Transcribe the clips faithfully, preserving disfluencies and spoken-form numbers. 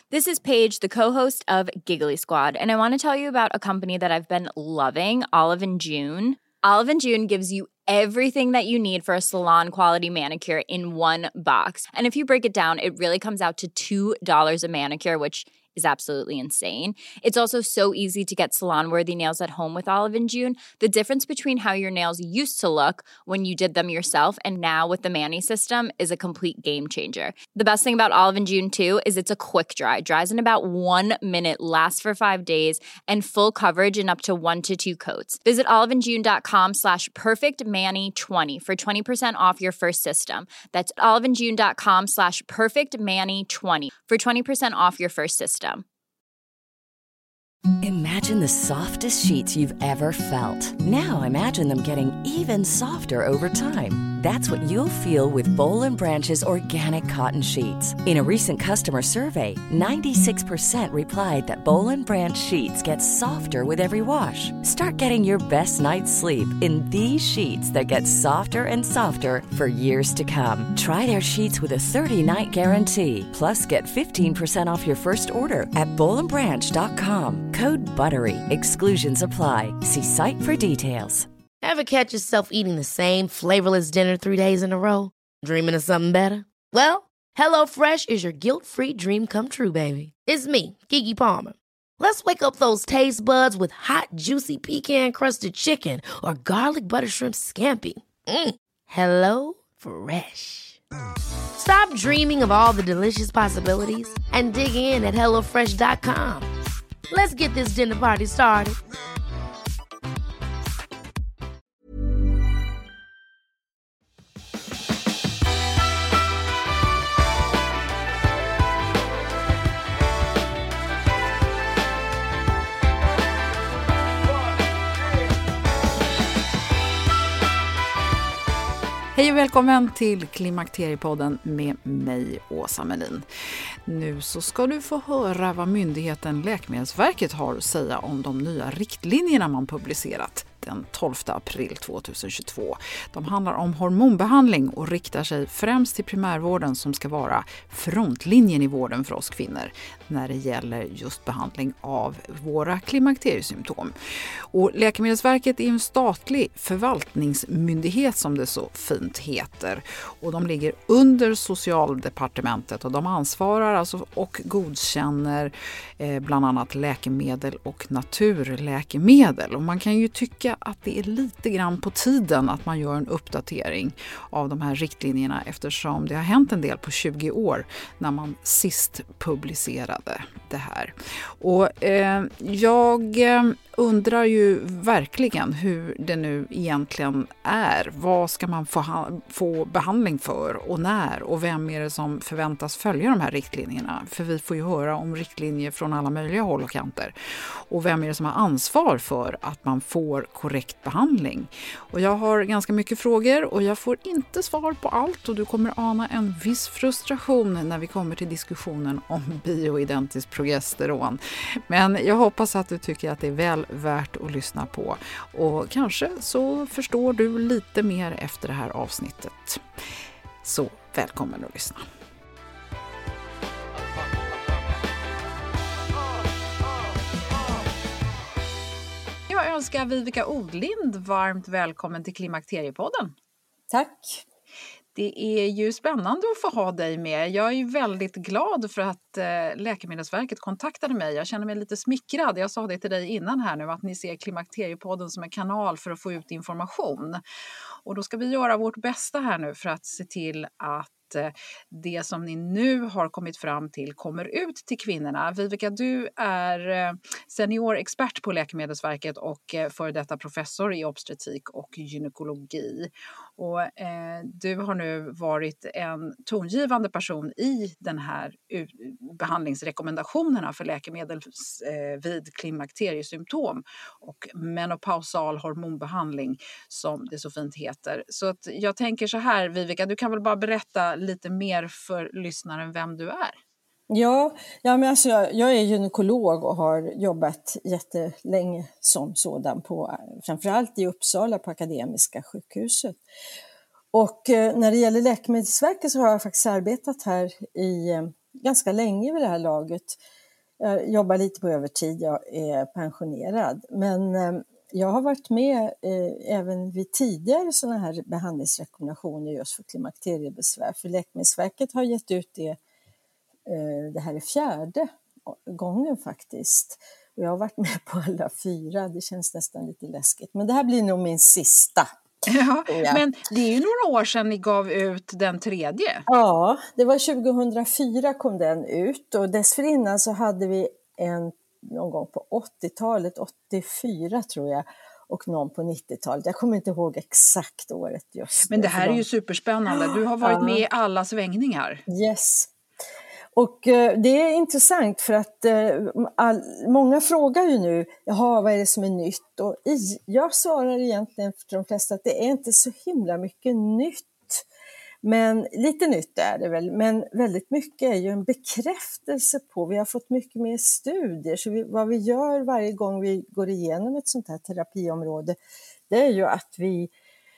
This is Paige, the co-host of Giggly Squad, and I want to tell you about a company that I've been loving, Olive and June. Olive and June gives you everything that you need for a salon-quality manicure in one box. And if you break it down, it really comes out to two dollars a manicure, which is absolutely insane. It's also so easy to get salon-worthy nails at home with Olive and June. The difference between how your nails used to look when you did them yourself and now with the Mani system is a complete game changer. The best thing about Olive and June, too, is it's a quick dry. Dries in about one minute, lasts for five days, and full coverage in up to one to two coats. Visit oliveandjune.com slash perfectmani20 for twenty percent off your first system. That's oliveandjune.com slash perfectmani20 for twenty percent off your first system. Imagine the softest sheets you've ever felt. Now imagine them getting even softer over time. That's what you'll feel with Boll and Branch's organic cotton sheets. In a recent customer survey, ninety-six percent replied that Boll and Branch sheets get softer with every wash. Start getting your best night's sleep in these sheets that get softer and softer for years to come. Try their sheets with a thirty-night guarantee. Plus, get fifteen percent off your first order at boll and branch dot com. Code BUTTERY. Exclusions apply. See site for details. Ever catch yourself eating the same flavorless dinner three days in a row? Dreaming of something better? Well, HelloFresh is your guilt-free dream come true, baby. It's me, Keke Palmer. Let's wake up those taste buds with hot, juicy pecan-crusted chicken or garlic butter shrimp scampi. Mm. Hello Fresh. Stop dreaming of all the delicious possibilities and dig in at hello fresh dot com. Let's get this dinner party started. Hej och välkommen till Klimakteriepodden med mig, Åsa Melin. Nu så ska du få höra vad myndigheten Läkemedelsverket har att säga om de nya riktlinjerna man publicerat den tolfte april tjugohundratjugotvå. De handlar om hormonbehandling och riktar sig främst till primärvården som ska vara frontlinjen i vården för oss kvinnor när det gäller just behandling av våra klimakteriesymptom. Och Läkemedelsverket är en statlig förvaltningsmyndighet som det så fint heter. Och de ligger under Socialdepartementet och de ansvarar alltså och godkänner eh, bland annat läkemedel och naturläkemedel. Och man kan ju tycka att det är lite grann på tiden att man gör en uppdatering av de här riktlinjerna eftersom det har hänt en del på tjugo år när man sist publicerade det här. Och eh, jag eh, undrar ju verkligen hur det nu egentligen är. Vad ska man få, ha, få behandling för och när och vem är det som förväntas följa de här riktlinjerna? För vi får ju höra om riktlinjer från alla möjliga håll och kanter. Och vem är det som har ansvar för att man får korrekt behandling? Och jag har ganska mycket frågor och jag får inte svar på allt och du kommer ana en viss frustration när vi kommer till diskussionen om bioidentiskt progesteron. Men jag hoppas att du tycker att det är väl värt att lyssna på och kanske så förstår du lite mer efter det här avsnittet. Så välkommen att lyssna. Jag önskar Vivica Odlind varmt välkommen till Klimakteriepodden. Tack. Det är ju spännande att få ha dig med. Jag är ju väldigt glad för att eh, Läkemedelsverket kontaktade mig. Jag känner mig lite smickrad. Jag sa det till dig innan här nu att ni ser Klimakteriepodden som en kanal för att få ut information. Och då ska vi göra vårt bästa här nu för att se till att det som ni nu har kommit fram till kommer ut till kvinnorna. Vivica, du är seniorexpert på Läkemedelsverket och för detta professor i obstetrik och gynekologi. Och eh, du har nu varit en tongivande person i den här behandlingsrekommendationerna för läkemedel eh, vid klimakteriesymptom och menopausal hormonbehandling som det så fint heter. Så att jag tänker så här, Vivica, du kan väl bara berätta lite mer för lyssnaren vem du är? Ja, ja men alltså jag, jag är gynekolog och har jobbat jättelänge som sådan på, framförallt i Uppsala på Akademiska sjukhuset. Och eh, när det gäller Läkemedelsverket så har jag faktiskt arbetat här i, ganska länge vid det här laget. Jag jobbar lite på övertid, jag är pensionerad. Men eh, jag har varit med eh, även vid tidigare sådana här behandlingsrekommendationer just för klimakteriebesvär. För Läkemedelsverket har gett ut det, eh, det här är fjärde gången faktiskt. Och jag har varit med på alla fyra, det känns nästan lite läskigt. Men det här blir nog min sista. Ja, men det är ju några år sedan ni gav ut den tredje. Ja, det var tjugohundrafyra kom den ut och dessförinnan så hade vi en någon gång på åttiotalet, åttiofyra tror jag, och någon på nittiotalet. Jag kommer inte ihåg exakt året just. Men det här är ju superspännande. Du har varit med i alla svängningar. Yes. Och eh, det är intressant för att eh, all, många frågar ju nu, jaha, vad är det som är nytt? Och i, jag svarar egentligen för de flesta att det är inte så himla mycket nytt. Men lite nytt är det väl, men väldigt mycket är ju en bekräftelse på, vi har fått mycket mer studier, så vi, vad vi gör varje gång vi går igenom ett sånt här terapiområde, det är ju att vi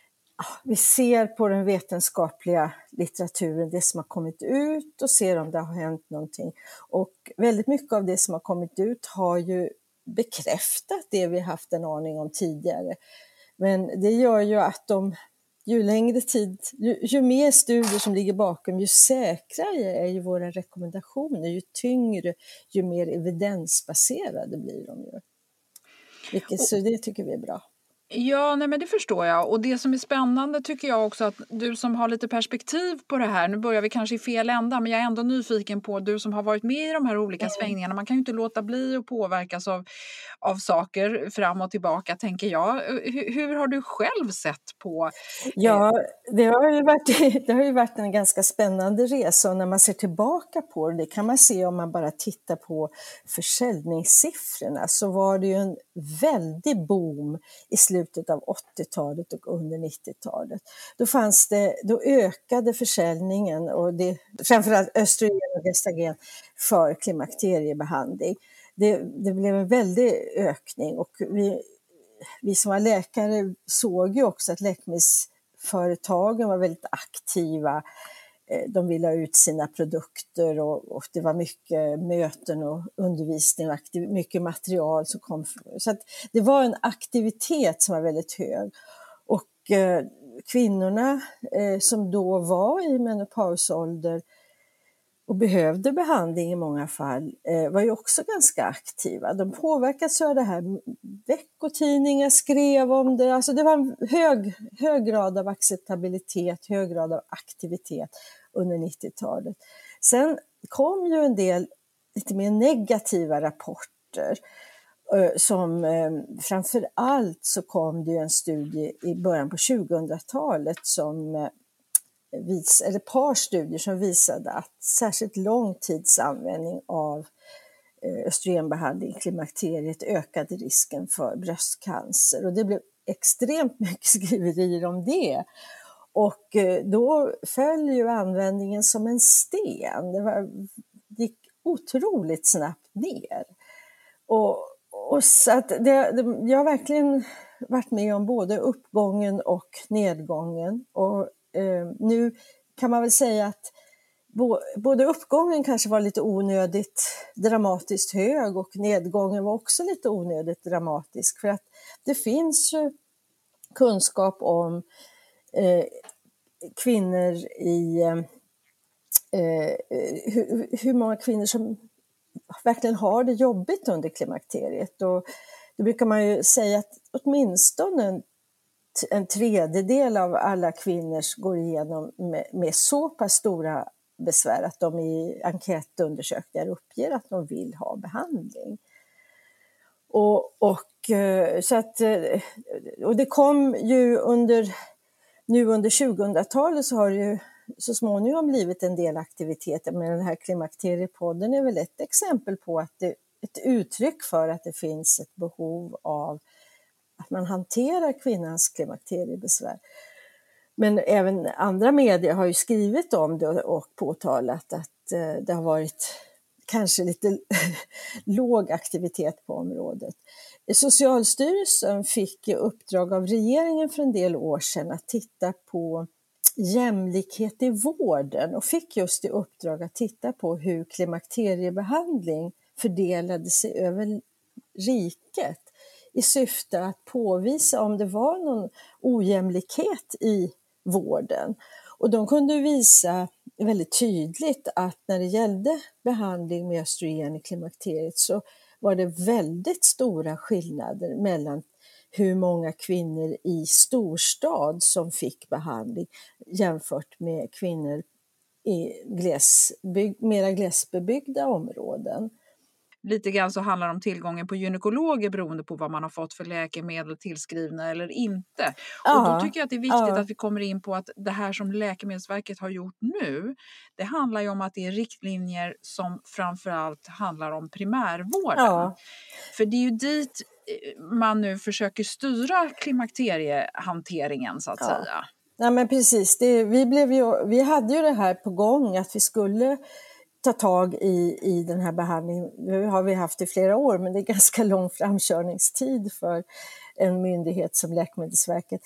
Vi ser på den vetenskapliga litteraturen, det som har kommit ut och ser om det har hänt någonting. Och väldigt mycket av det som har kommit ut har ju bekräftat det vi haft en aning om tidigare. Men det gör ju att de, ju längre tid, ju, ju mer studier som ligger bakom, ju säkrare är ju våra rekommendationer, ju tyngre, ju mer evidensbaserade blir de ju. Vilket, så det tycker vi är bra. Ja, nej, men det förstår jag. Och det som är spännande tycker jag också att du som har lite perspektiv på det här, nu börjar vi kanske i fel ända, men jag är ändå nyfiken på du som har varit med i de här olika mm. svängningarna. Man kan ju inte låta bli att påverkas av, av saker fram och tillbaka, tänker jag. Hur, hur har du själv sett på? Ja, det har, ju varit, det har ju varit en ganska spännande resa och när man ser tillbaka på det, det kan man se om man bara tittar på försäljningssiffrorna, så var det ju en väldig boom i slutet slutet av åttiotalet och under nittiotalet. Då fanns det, då ökade försäljningen och det, framförallt östrogen och gestagen för klimakteriebehandling. Det, det blev en väldig ökning och vi, vi som var läkare såg ju också att läkemedelsföretagen var väldigt aktiva. De ville ha ut sina produkter och, och det var mycket möten och undervisning och aktiv, mycket material som kom. Så att det var en aktivitet som var väldigt hög. Och eh, kvinnorna eh, som då var i menopausålder och behövde behandling i många fall eh, var ju också ganska aktiva. De påverkades av det här, veckotidningar skrev om det. Alltså det var en hög, hög grad av acceptabilitet, hög grad av aktivitet under nittiotalet. Sen kom ju en del lite mer negativa rapporter som framför allt så kom det ju en studie i början på tjugohundratalet som vis, eller ett par studier som visade att särskilt lång tids användning av östrogenbehandling i klimakteriet ökade risken för bröstcancer och det blev extremt mycket skriverier om det. Och då föll ju användningen som en sten. Det var, gick otroligt snabbt ner. Och, och så att det, det, jag har verkligen varit med om både uppgången och nedgången. Och eh, nu kan man väl säga att bo, både uppgången kanske var lite onödigt dramatiskt hög och nedgången var också lite onödigt dramatisk. För att det finns ju kunskap om Eh, kvinnor i eh, hur, hur många kvinnor som verkligen har det jobbigt under klimakteriet och då brukar man ju säga att åtminstone en, en tredjedel av alla kvinnor går igenom med, med så pass stora besvär att de i enkätundersökningar uppger att de vill ha behandling. Och, och, så att, och det kom ju under Nu under tjugohundratalet så har det ju så småningom blivit en del aktiviteter, men den här klimakteriepodden är väl ett exempel på att det ett uttryck för att det finns ett behov av att man hanterar kvinnans klimakteriebesvär. Men även andra medier har ju skrivit om det och påtalat att det har varit kanske lite låg aktivitet på området. Socialstyrelsen fick i uppdrag av regeringen för en del år sedan att titta på jämlikhet i vården och fick just i uppdrag att titta på hur klimakteriebehandling fördelade sig över riket i syfte att påvisa om det var någon ojämlikhet i vården. Och de kunde visa väldigt tydligt att när det gällde behandling med östrogen i klimakteriet så var det väldigt stora skillnader mellan hur många kvinnor i storstad som fick behandling jämfört med kvinnor i glesbygd, mera glesbebyggda områden. Lite grann så handlar det om tillgången på gynekologer beroende på vad man har fått för läkemedel tillskrivna eller inte. Ja, och då tycker jag att det är viktigt ja. att vi kommer in på att det här som Läkemedelsverket har gjort nu, det handlar ju om att det är riktlinjer som framförallt handlar om primärvården. Ja. För det är ju dit man nu försöker styra klimakteriehanteringen så att ja. säga. Ja, men precis. Det, vi, blev ju, vi hade ju det här på gång att vi skulle ta tag i, i den här behandlingen. Det har vi haft i flera år, men det är ganska lång framkörningstid för en myndighet som Läkemedelsverket.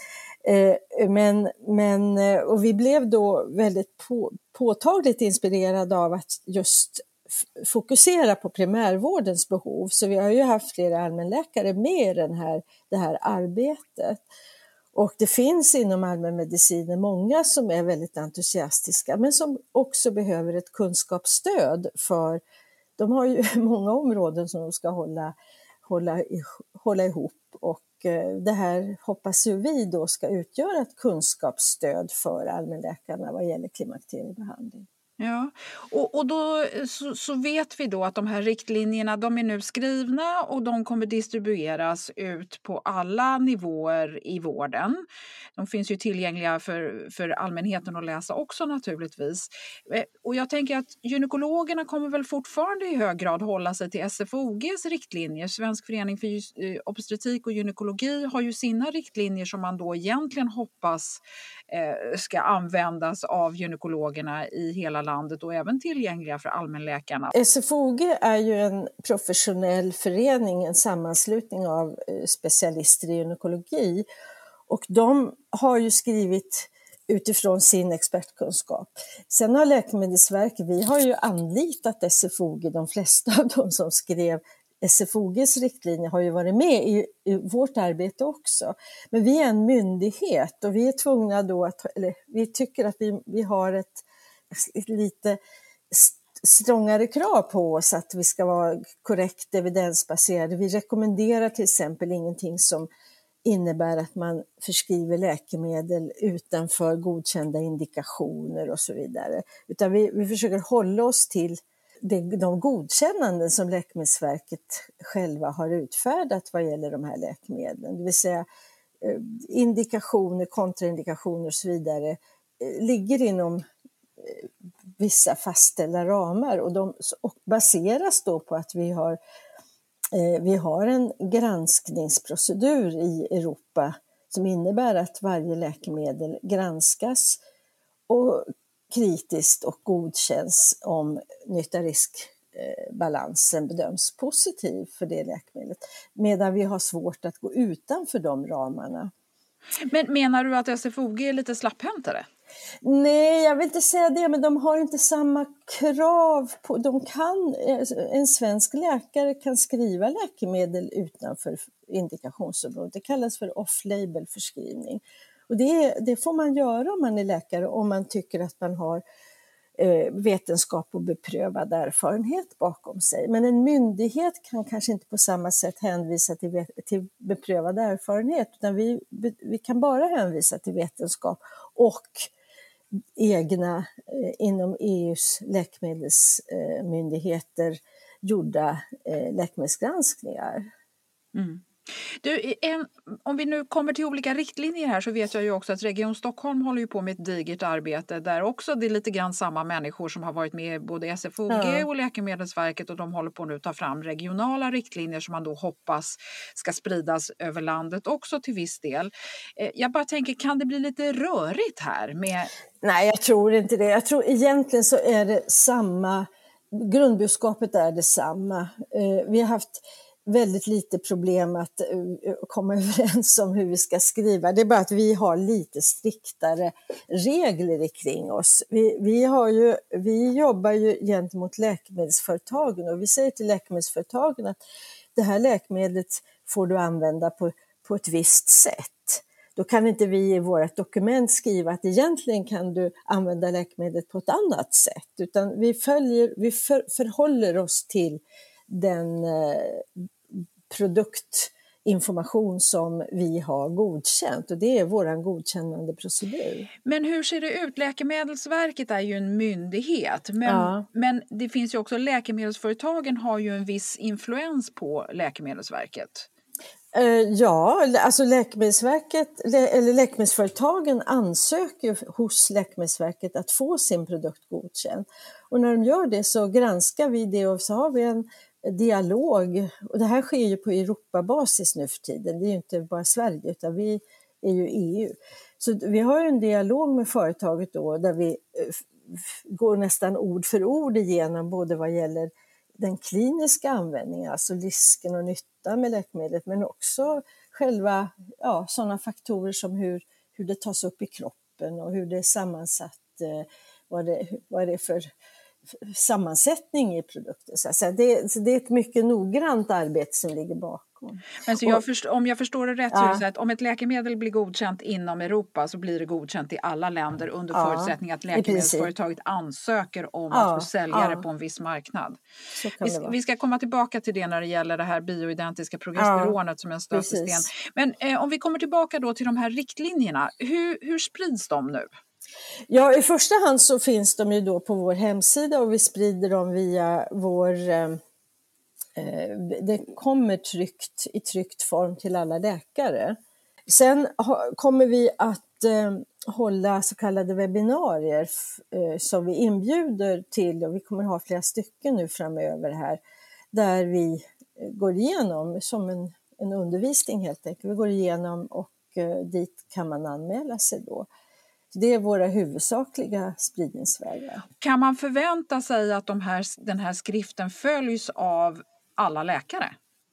Eh, men, men, och vi blev då väldigt på, påtagligt inspirerade av att just f- fokusera på primärvårdens behov. Så vi har ju haft flera allmänläkare med i den här, det här arbetet. Och det finns inom allmänmedicinen många som är väldigt entusiastiska men som också behöver ett kunskapsstöd för de har ju många områden som de ska hålla, hålla, hålla ihop och det här hoppas ju vi då ska utgöra ett kunskapsstöd för allmänläkarna vad gäller klimakteriebehandling. Ja, och, och då så, så vet vi då att de här riktlinjerna de är nu skrivna och de kommer distribueras ut på alla nivåer i vården. De finns ju tillgängliga för, för allmänheten att läsa också naturligtvis. Och jag tänker att gynekologerna kommer väl fortfarande i hög grad hålla sig till S F O G:s riktlinjer. Svensk förening för obstetrik och gynekologi har ju sina riktlinjer som man då egentligen hoppas eh, ska användas av gynekologerna i hela landet och även tillgängliga för allmänläkarna. S F O G är ju en professionell förening, en sammanslutning av specialister i gynekologi och de har ju skrivit utifrån sin expertkunskap. Sen har Läkemedelsverket, vi har ju anlitat S F O G, de flesta av dem som skrev S F O G:s riktlinjer har ju varit med i, i vårt arbete också. Men vi är en myndighet och vi är tvungna då att, eller vi tycker att vi, vi har ett lite strängare krav på oss att vi ska vara korrekt evidensbaserade. Vi rekommenderar till exempel ingenting som innebär att man förskriver läkemedel utanför godkända indikationer och så vidare. Utan vi, vi försöker hålla oss till de, de godkännanden som Läkemedelsverket själva har utfärdat vad gäller de här läkemedlen. Det vill säga indikationer, kontraindikationer och så vidare ligger inom vissa fastställda ramar och de och baseras då på att vi har, eh, vi har en granskningsprocedur i Europa som innebär att varje läkemedel granskas och kritiskt och godkänns om nytta-risk-balansen bedöms positiv för det läkemedlet, medan vi har svårt att gå utanför de ramarna. Men menar du att S F O G är lite slapphäntare? Nej, jag vill inte säga det, men de har inte samma krav på, de kan, en svensk läkare kan skriva läkemedel utanför indikationsområdet. Det kallas för off-label förskrivning. Och det, det får man göra om man är läkare, om man tycker att man har eh, vetenskap och beprövad erfarenhet bakom sig. Men en myndighet kan kanske inte på samma sätt hänvisa till, till beprövad erfarenhet, utan vi, vi kan bara hänvisa till vetenskap och egna eh, inom E U:s läkemedelsmyndigheter eh, gjorda eh, läkemedelsgranskningar. Mm. Du, en, om vi nu kommer till olika riktlinjer här så vet jag ju också att Region Stockholm håller ju på med ett digert arbete där också det är lite grann samma människor som har varit med både S F O G ja. och Läkemedelsverket och de håller på nu att ta fram regionala riktlinjer som man då hoppas ska spridas över landet också till viss del. Jag bara tänker, kan det bli lite rörigt här med... Nej, jag tror inte det. Jag tror egentligen så är det samma, grundbudskapet är detsamma. Vi har haft väldigt lite problem att uh, komma överens om hur vi ska skriva. Det är bara att vi har lite striktare regler kring oss. Vi, vi, har ju, vi jobbar ju gentemot läkemedelsföretagen och vi säger till läkemedelsföretagen att det här läkemedlet får du använda på, på ett visst sätt. Då kan inte vi i vårt dokument skriva att egentligen kan du använda läkemedlet på ett annat sätt. Utan vi, följer, vi för, förhåller oss till den eh, produktinformation som vi har godkänt. Och det är vår godkännande procedur. Men hur ser det ut? Läkemedelsverket är ju en myndighet. Men, Ja. men det finns ju också, läkemedelsföretagen har ju en viss influens på Läkemedelsverket. Ja, alltså Läkemedelsverket, eller läkemedelsföretagen ansöker hos Läkemedelsverket att få sin produkt godkänd. Och när de gör det så granskar vi det och så har vi en dialog. Och det här sker ju på Europabasis nu för tiden. Det är ju inte bara Sverige utan vi är ju E U. Så vi har en dialog med företaget då där vi går nästan ord för ord igenom både vad gäller den kliniska användningen, alltså risken och nyttan med läkemedlet, men också själva ja, sådana faktorer som hur, hur det tas upp i kroppen och hur det är sammansatt, eh, vad, det, vad det är för sammansättning i produkten. Så, så, det, så det är ett mycket noggrant arbete som ligger bakom. Men så jag förstår, om jag förstår det rätt Ja. så är det så att om ett läkemedel blir godkänt inom Europa så blir det godkänt i alla länder under Ja, förutsättning att läkemedelsföretaget ansöker om Ja, att få sälja ja. det på en viss marknad. Så kan det Vi, vara. vi ska komma tillbaka till det när det gäller det här bioidentiska progesteronet Ja, som en stötesten. precis. Men eh, om vi kommer tillbaka då till de här riktlinjerna, hur, hur sprids de nu? Ja, i första hand så finns de ju då på vår hemsida och vi sprider dem via vår... Eh, det kommer tryckt i tryckt form till alla läkare. Sen ha, kommer vi att eh, hålla så kallade webbinarier eh, som vi inbjuder till, och vi kommer ha flera stycken nu framöver här, där vi går igenom som en, en undervisning helt enkelt. Vi går igenom och eh, dit kan man anmäla sig då. Det är våra huvudsakliga spridningsvägar. Kan man förvänta sig att de här, den här skriften följs av alla läkare?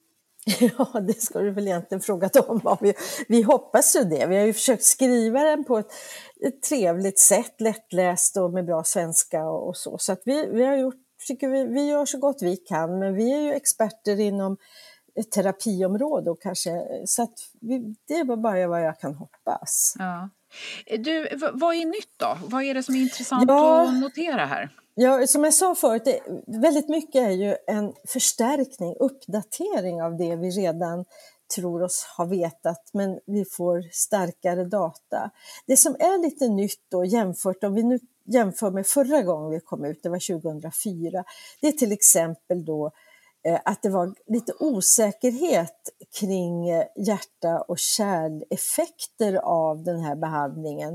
Ja, det ska du väl egentligen frågat om. Vi, vi hoppas ju det. Vi har ju försökt skriva den på ett, ett trevligt sätt, lättläst och med bra svenska och, och så. Så att vi, vi har gjort, tycker vi, vi gör så gott vi kan, men vi är ju experter inom ett terapiområde och kanske, så att vi, det är bara vad jag kan hoppas. Ja. Du, v- vad är nytt då? Vad är det som är intressant Ja. att notera här? Ja, som jag sa förut, det, väldigt mycket är ju en förstärkning, uppdatering av det vi redan tror oss ha vetat, men vi får starkare data. Det som är lite nytt då jämfört, om vi nu jämför med förra gången vi kom ut, det var tjugohundrafyra, det är till exempel då eh, att det var lite osäkerhet kring eh, hjärta- och kärleffekter av den här behandlingen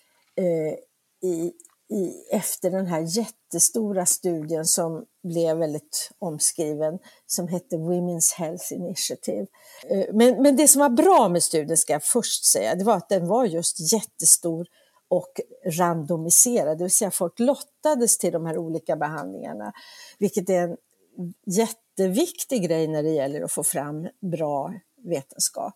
eh, i I, efter den här jättestora studien som blev väldigt omskriven, som hette Women's Health Initiative. Men, men det som var bra med studien, ska jag först säga, det var att den var just jättestor och randomiserad, det vill säga folk lottades till de här olika behandlingarna, vilket är en jätteviktig grej när det gäller att få fram bra vetenskap.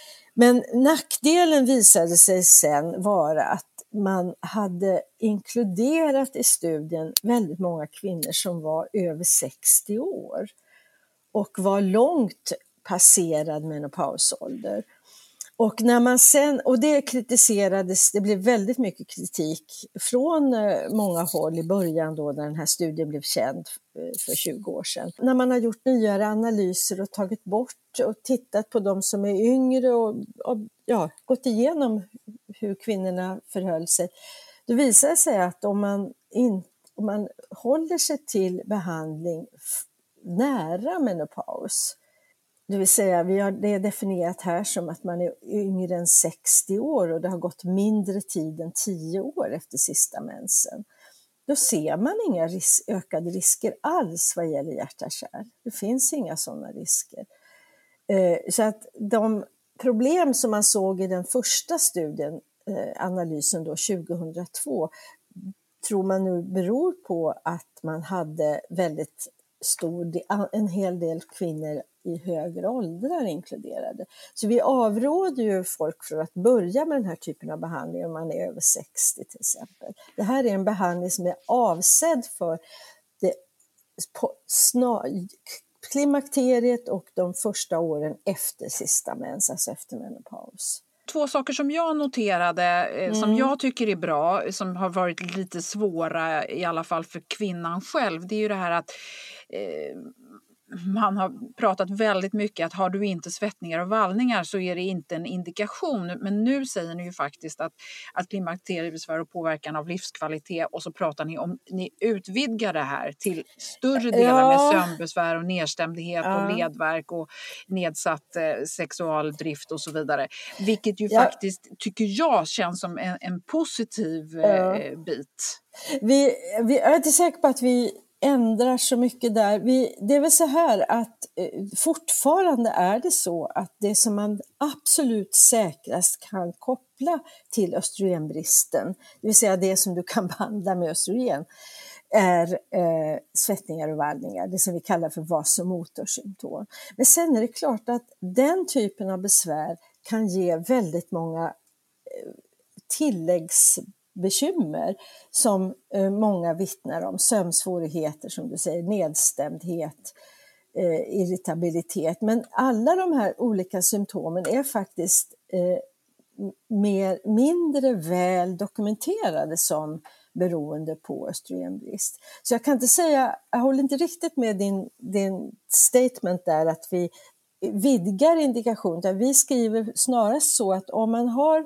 Men nackdelen visade sig sen vara att man hade inkluderat i studien väldigt många kvinnor som var över sextio år och var långt passerad menopausålder. Och när man sen, och det kritiserades, det blev väldigt mycket kritik från många håll i början då när den här studien blev känd för tjugo år sedan. När man har gjort nyare analyser och tagit bort och tittat på de som är yngre och, och ja, gått igenom hur kvinnorna förhöll sig, då visar det sig att om man, in, om man håller sig till behandling f- nära menopaus, det vill säga, vi har det definierat här som att man är yngre än sextio år och det har gått mindre tid än tio år efter sista mensen. Då ser man inga ris- ökade risker alls vad gäller hjärta-kärl. Det finns inga sådana risker. Eh, så att de problem som man såg i den första studien, eh, analysen då tjugohundratvå, tror man nu beror på att man hade väldigt stor, en hel del kvinnor i högre åldrar inkluderade. Så vi avråder ju folk från att börja med den här typen av behandling om man är över sextio till exempel. Det här är en behandling som är avsedd för det snar, klimakteriet och de första åren efter sista mens, alltså efter menopaus. Två saker som jag noterade mm. som jag tycker är bra, som har varit lite svåra i alla fall för kvinnan själv, det är ju det här att eh, man har pratat väldigt mycket att har du inte svettningar och vallningar så är det inte en indikation. Men nu säger ni ju faktiskt att, att klimakteriebesvär och påverkan av livskvalitet, och så pratar ni om, ni utvidgar det här till större delar ja. med sömnbesvär och nedstämdhet ja. och ledvärk och nedsatt eh, sexualdrift och så vidare. Vilket ju ja. faktiskt tycker jag känns som en, en positiv eh, ja. bit. Vi, vi jag är inte säker på att vi ändrar så mycket där. Vi, det är väl så här att eh, fortfarande är det så att det som man absolut säkrast kan koppla till östrogenbristen, det vill säga det som du kan behandla med östrogen, är eh, svettningar och vallningar, det som vi kallar för vasomotorsymptom. Men sen är det klart att den typen av besvär kan ge väldigt många eh, tilläggs bekymmer som eh, många vittnar om, sömnsvårigheter som du säger, nedstämdhet, eh, irritabilitet. Men alla de här olika symptomen är faktiskt eh, mer, mindre väl dokumenterade som beroende på östrogenbrist. Så jag kan inte säga, jag håller inte riktigt med din, din statement där att vi vidgar indikationen. Vi skriver snarast så att om man har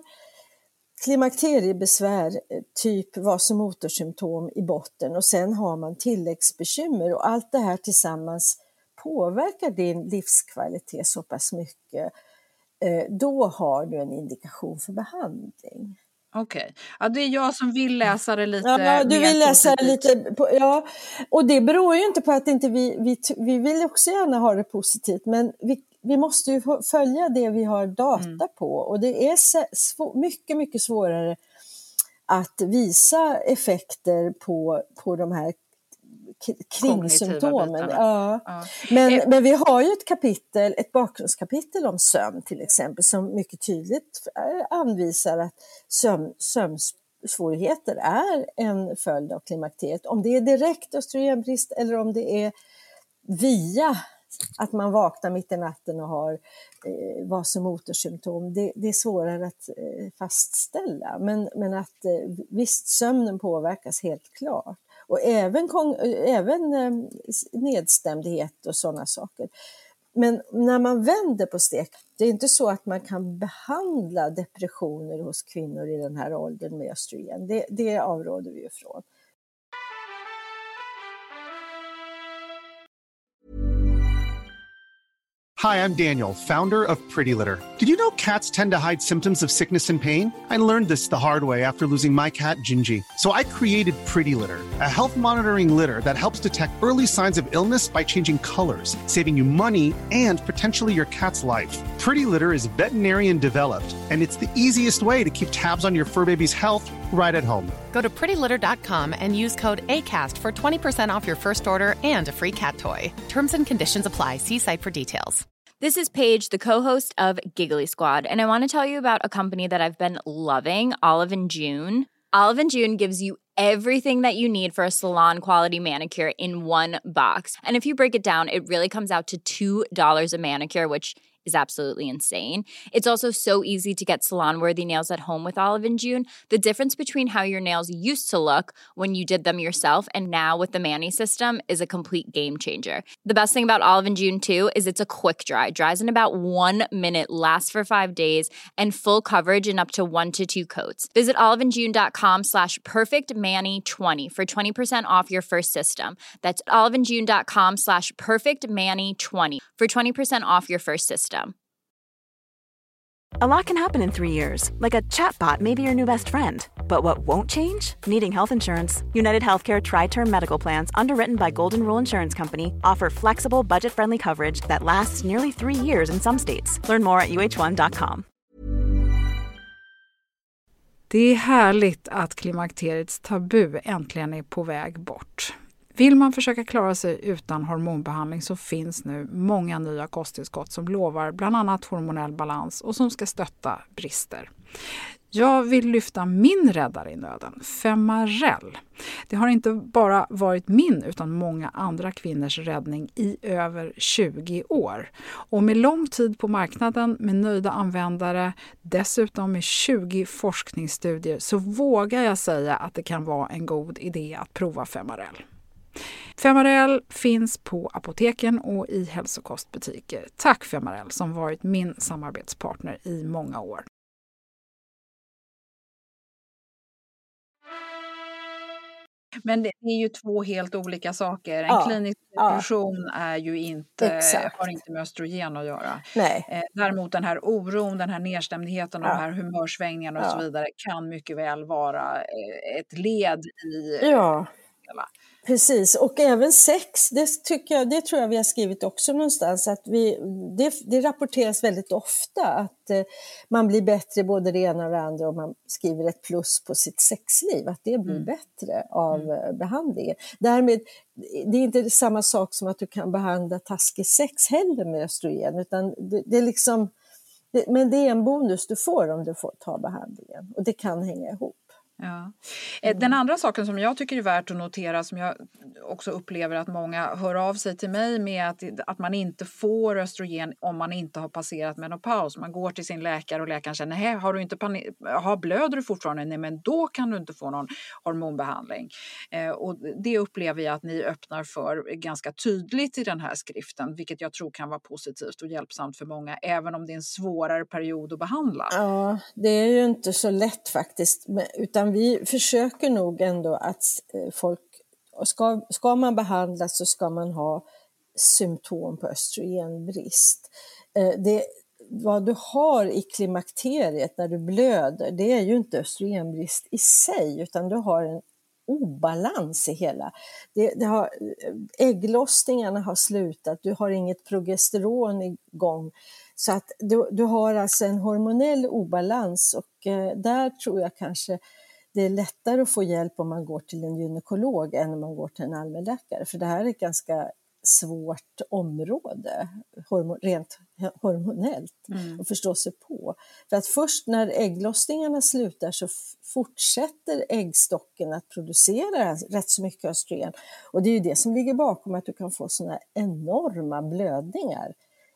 klimakteriebesvär, typ vasomotorsymptom i botten, och sen har man tilläggsbekymmer och allt det här tillsammans påverkar din livskvalitet så pass mycket, då har du en indikation för behandling. Okej, okay. Ja, det är jag som vill läsa det lite. Ja, du vill läsa det lite, på, ja, och det beror ju inte på att inte vi, vi, vi vill också gärna ha det positivt, men vi Vi måste ju följa det vi har data mm. på, och det är svår, mycket, mycket svårare att visa effekter på, på de här kringsymptomen. Ja. Ja. Men, men vi har ju ett kapitel, ett bakgrundskapitel om sömn till exempel, som mycket tydligt anvisar att sömn, sömnsvårigheter är en följd av klimakteriet. Om det är direkt östrogenbrist eller om det är via att man vaknar mitt i natten och har eh, vasomotorsymptom, det, det är svårare att eh, fastställa. Men, men att eh, visst, sömnen påverkas helt klart. Och även, även eh, nedstämdhet och sådana saker. Men när man vänder på stek, det är inte så att man kan behandla depressioner hos kvinnor i den här åldern med östrogen. Det, det avråder vi ifrån. Hi, I'm Daniel, founder of Pretty Litter. Did you know cats tend to hide symptoms of sickness and pain? I learned this the hard way after losing my cat, Gingy. So I created Pretty Litter, a health monitoring litter that helps detect early signs of illness by changing colors, saving you money and potentially your cat's life. Pretty Litter is veterinarian developed, and it's the easiest way to keep tabs on your fur baby's health right at home. Go to pretty litter dot com and use code ACAST for twenty percent off your first order and a free cat toy. Terms and conditions apply. See site for details. This is Paige, the co-host of Giggly Squad, and I want to tell you about a company that I've been loving, Olive and June. Olive and June gives you everything that you need for a salon-quality manicure in one box. And if you break it down, it really comes out to two dollars a manicure, which is absolutely insane. It's also so easy to get salon-worthy nails at home with Olive and June. The difference between how your nails used to look when you did them yourself and now with the Mani system is a complete game changer. The best thing about Olive and June, too, is it's a quick dry. Dries in about one minute, lasts for five days, and full coverage in up to one to two coats. Visit oliveandjune.com slash perfectmani20 for twenty percent off your first system. That's oliveandjune.com slash perfectmani20 for twenty percent off your first system. A lot can happen in three years, like a chatbot may be your new best friend. But what won't change? Needing health insurance. United Healthcare Tri-Term Medical Plans, underwritten by Golden Rule Insurance Company, offer flexible, budget-friendly coverage that lasts nearly three years in some states. Learn more at u h one dot com. Det är härligt att klimakteriets tabu äntligen är på väg bort. Vill man försöka klara sig utan hormonbehandling så finns nu många nya kosttillskott som lovar bland annat hormonell balans och som ska stötta brister. Jag vill lyfta min räddare i nöden, Femarel. Det har inte bara varit min utan många andra kvinnors räddning i över tjugo år. Och med lång tid på marknaden, med nöjda användare, dessutom med tjugo forskningsstudier, så vågar jag säga att det kan vara en god idé att prova Femarel. Femarel finns på apoteken och i hälsokostbutiker. Tack Femarel som varit min samarbetspartner i många år. Men det är ju två helt olika saker. En Ja, klinisk depression ja. är ju inte, har inte med östrogen att göra. Nej. Eh, däremot den här oron, den här nedstämdheten och Ja. de här humörsvängningarna och Ja. så vidare kan mycket väl vara eh, ett led i Ja. hela. Precis, och även sex, det, tycker jag, det tror jag vi har skrivit också någonstans, att vi, det, det rapporteras väldigt ofta att eh, man blir bättre både det ena och det andra om man skriver ett plus på sitt sexliv, att det blir Mm. bättre av Mm. eh, behandlingen. Därmed, det är inte samma sak som att du kan behandla taskig sex heller med östrogen, utan det, det är liksom, det, men det är en bonus du får om du får ta behandlingen, och det kan hänga ihop. Ja. Den andra saken som jag tycker är värt att notera, som jag också upplever att många hör av sig till mig med, att, att man inte får östrogen om man inte har passerat menopaus. Man går till sin läkare och läkaren säger, nej, har du inte pani- har blöder du fortfarande? Nej, men då kan du inte få någon hormonbehandling. Eh, och det upplever jag att ni öppnar för ganska tydligt i den här skriften, vilket jag tror kan vara positivt och hjälpsamt för många, även om det är en svårare period att behandla. Ja, det är ju inte så lätt faktiskt, utan vi försöker nog ändå att folk, ska, ska man behandlas så ska man ha symptom på östrogenbrist. Det, vad du har i klimakteriet när du blöder, det är ju inte östrogenbrist i sig, utan du har en obalans i hela. Det, det har, ägglossningarna har slutat, du har inget progesteron igång. Så att du, du har alltså en hormonell obalans, och eh, där tror jag kanske det är lättare att få hjälp om man går till en gynekolog än om man går till en allmänläkare. För det här är ett ganska svårt område, hormon, rent hormonellt, mm. att förstå sig på. För att först när ägglossningarna slutar så f- fortsätter äggstocken att producera rätt så mycket östrogen. Och det är ju det som ligger bakom att du kan få såna enorma blödningar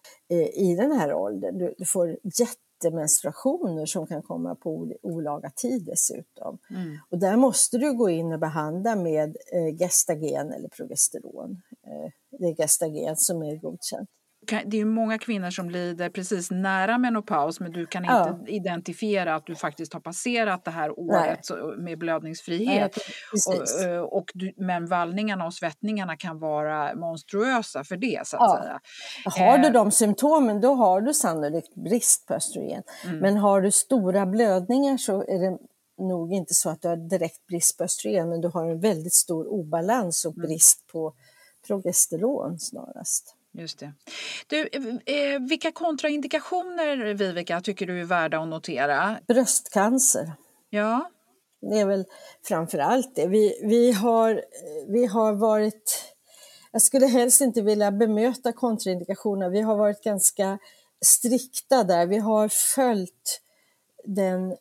i den här åldern. Du, du får jättemenstruationer som kan komma på olaga tid dessutom. Mm. Och där måste du gå in och behandla med eh, gestagen eller progesteron. Eh, det är gestagen som är godkänt. Det är ju många kvinnor som lider precis nära menopaus, men du kan inte ja. identifiera att du faktiskt har passerat det här året Nej. med blödningsfrihet. Nej, och, och du, men vallningarna och svettningarna kan vara monstruösa för det, så att ja. säga. Har du de symptomen, då har du sannolikt brist på östrogen. Mm. Men har du stora blödningar så är det nog inte så att du har direkt brist på östrogen, men du har en väldigt stor obalans och brist mm. på progesteron snarast. Just det. Du, eh, vilka kontraindikationer, Vivica, tycker du är värda att notera? Bröstcancer. Ja. Det är väl framför allt det. Vi, vi, har, vi har varit... Jag skulle helst inte vilja bemöta kontraindikationer. Vi har varit ganska strikta där. Vi har följt den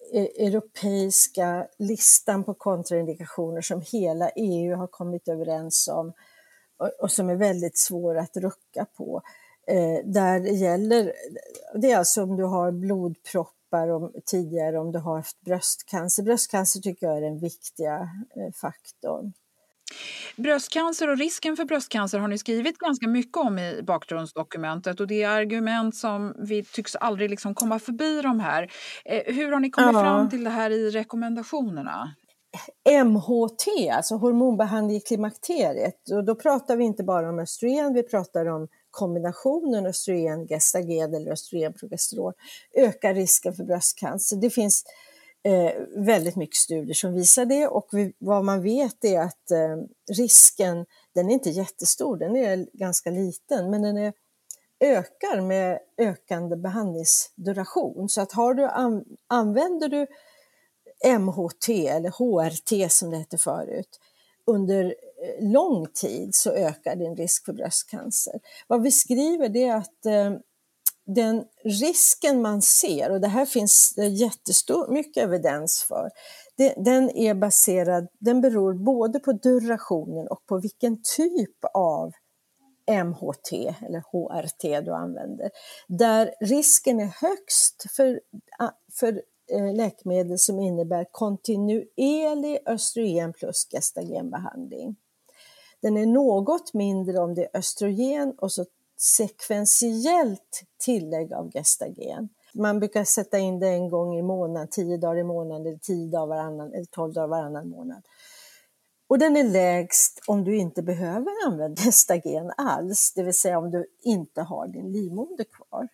europeiska listan på kontraindikationer som hela E U har kommit överens om, och som är väldigt svår att rucka på. Eh, där det gäller, det är alltså om du har blodproppar om, tidigare, om du har haft bröstcancer. Bröstcancer tycker jag är den viktiga eh, faktorn. Bröstcancer och risken för bröstcancer har ni skrivit ganska mycket om i bakgrundsdokumentet, och det är argument som vi tycks aldrig liksom komma förbi de här. Eh, hur har ni kommit ja. fram till det här i rekommendationerna? M H T, alltså hormonbehandling i klimakteriet, och då pratar vi inte bara om östrogen, vi pratar om kombinationen östrogen, gestagen eller östrogen, progesteron, ökar risken för bröstcancer. Det finns eh, väldigt mycket studier som visar det, och vi, vad man vet är att eh, risken, den är inte jättestor, den är ganska liten, men den är, ökar med ökande behandlingsduration. Så att har du, an, använder du M H T eller H R T som det hette förut under lång tid så ökar din risk för bröstcancer. Vad vi skriver det är att eh, den risken man ser, och det här finns det jättestor mycket evidens för, det, den är baserad, den beror både på durationen och på vilken typ av M H T eller H R T du använder. Där risken är högst för, för eh, läkemedel som innebär kontinuerlig östrogen plus gestagenbehandling. Den är något mindre om det är östrogen och så sekventiellt tillägg av gestagen. Man brukar sätta in det en gång i månaden, tio dagar i månaden eller tio dagar varannan eller tolv dagar varannan månad. Och den är lägst om du inte behöver använda gestagen alls, det vill säga om du inte har din livmoder kvar.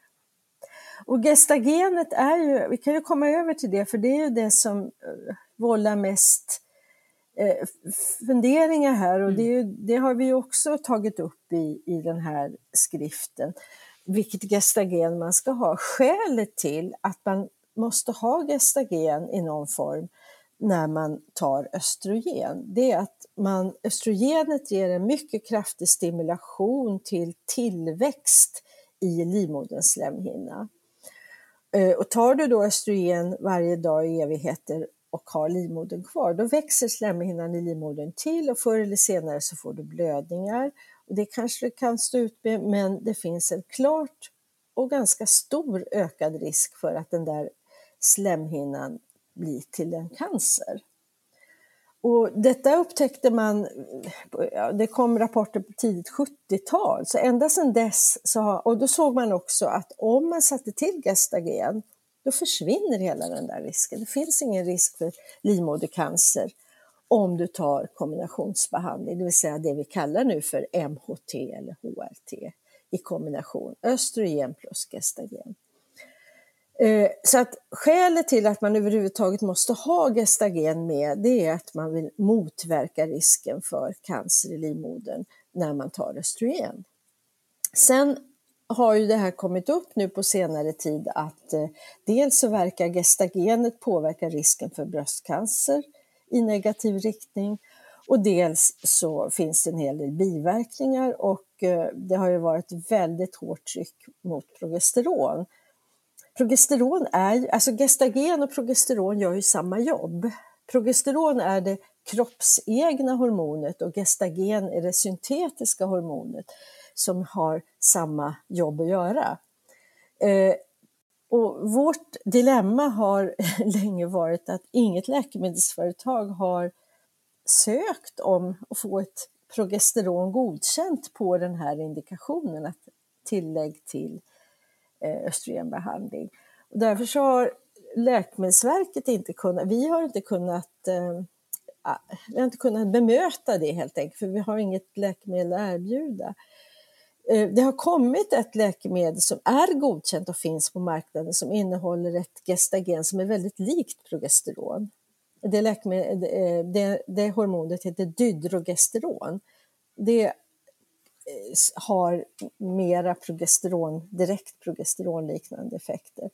Och gestagenet är ju, vi kan ju komma över till det, för det är ju det som vållar mest eh, funderingar här, och det, är ju, det har vi ju också tagit upp i, i den här skriften. Vilket gestagen man ska ha. Skälet till att man måste ha gestagen i någon form när man tar östrogen, det är att man, östrogenet ger en mycket kraftig stimulation till tillväxt i livmoderns slemhinna. Och tar du då östrogen varje dag i evigheter och har livmodern kvar, då växer slemhinnan i livmodern till och förr eller senare så får du blödningar. Och det kanske du kan stå ut med, men det finns en klart och ganska stor ökad risk för att den där slemhinnan blir till en cancer. Och detta upptäckte man, det kom rapporter på tidigt sjuttiotal, så ända sedan dess, så har, och då såg man också att om man satte till gestagen, då försvinner hela den där risken. Det finns ingen risk för livmodercancer om du tar kombinationsbehandling, det vill säga det vi kallar nu för M H T eller H R T i kombination, östrogen plus gestagen. Så att skälet till att man överhuvudtaget måste ha gestagen med, det är att man vill motverka risken för cancer i livmodern när man tar östrogen. Sen har ju det här kommit upp nu på senare tid att eh, dels så verkar gestagenet påverka risken för bröstcancer i negativ riktning, och dels så finns det en hel del biverkningar, och eh, det har ju varit väldigt hårt tryck mot progesteron. Progesteron är, alltså gestagen och progesteron gör ju samma jobb. Progesteron är det kroppsegna hormonet och gestagen är det syntetiska hormonet som har samma jobb att göra. Eh, och vårt dilemma har länge varit att inget läkemedelsföretag har sökt om att få ett progesteron godkänt på den här indikationen, att tillägg till östrogenbehandling. Och därför så har Läkemedelsverket inte kunnat, vi har inte kunnat, eh, vi har inte kunnat bemöta det helt enkelt, för vi har inget läkemedel att erbjuda. Eh, det har kommit ett läkemedel som är godkänt och finns på marknaden som innehåller ett gestagen som är väldigt likt progesteron. Det, läkemedel, det, det, det hormonet heter dydrogesteron. Det har mera progesteron, direkt progesteronliknande effekter.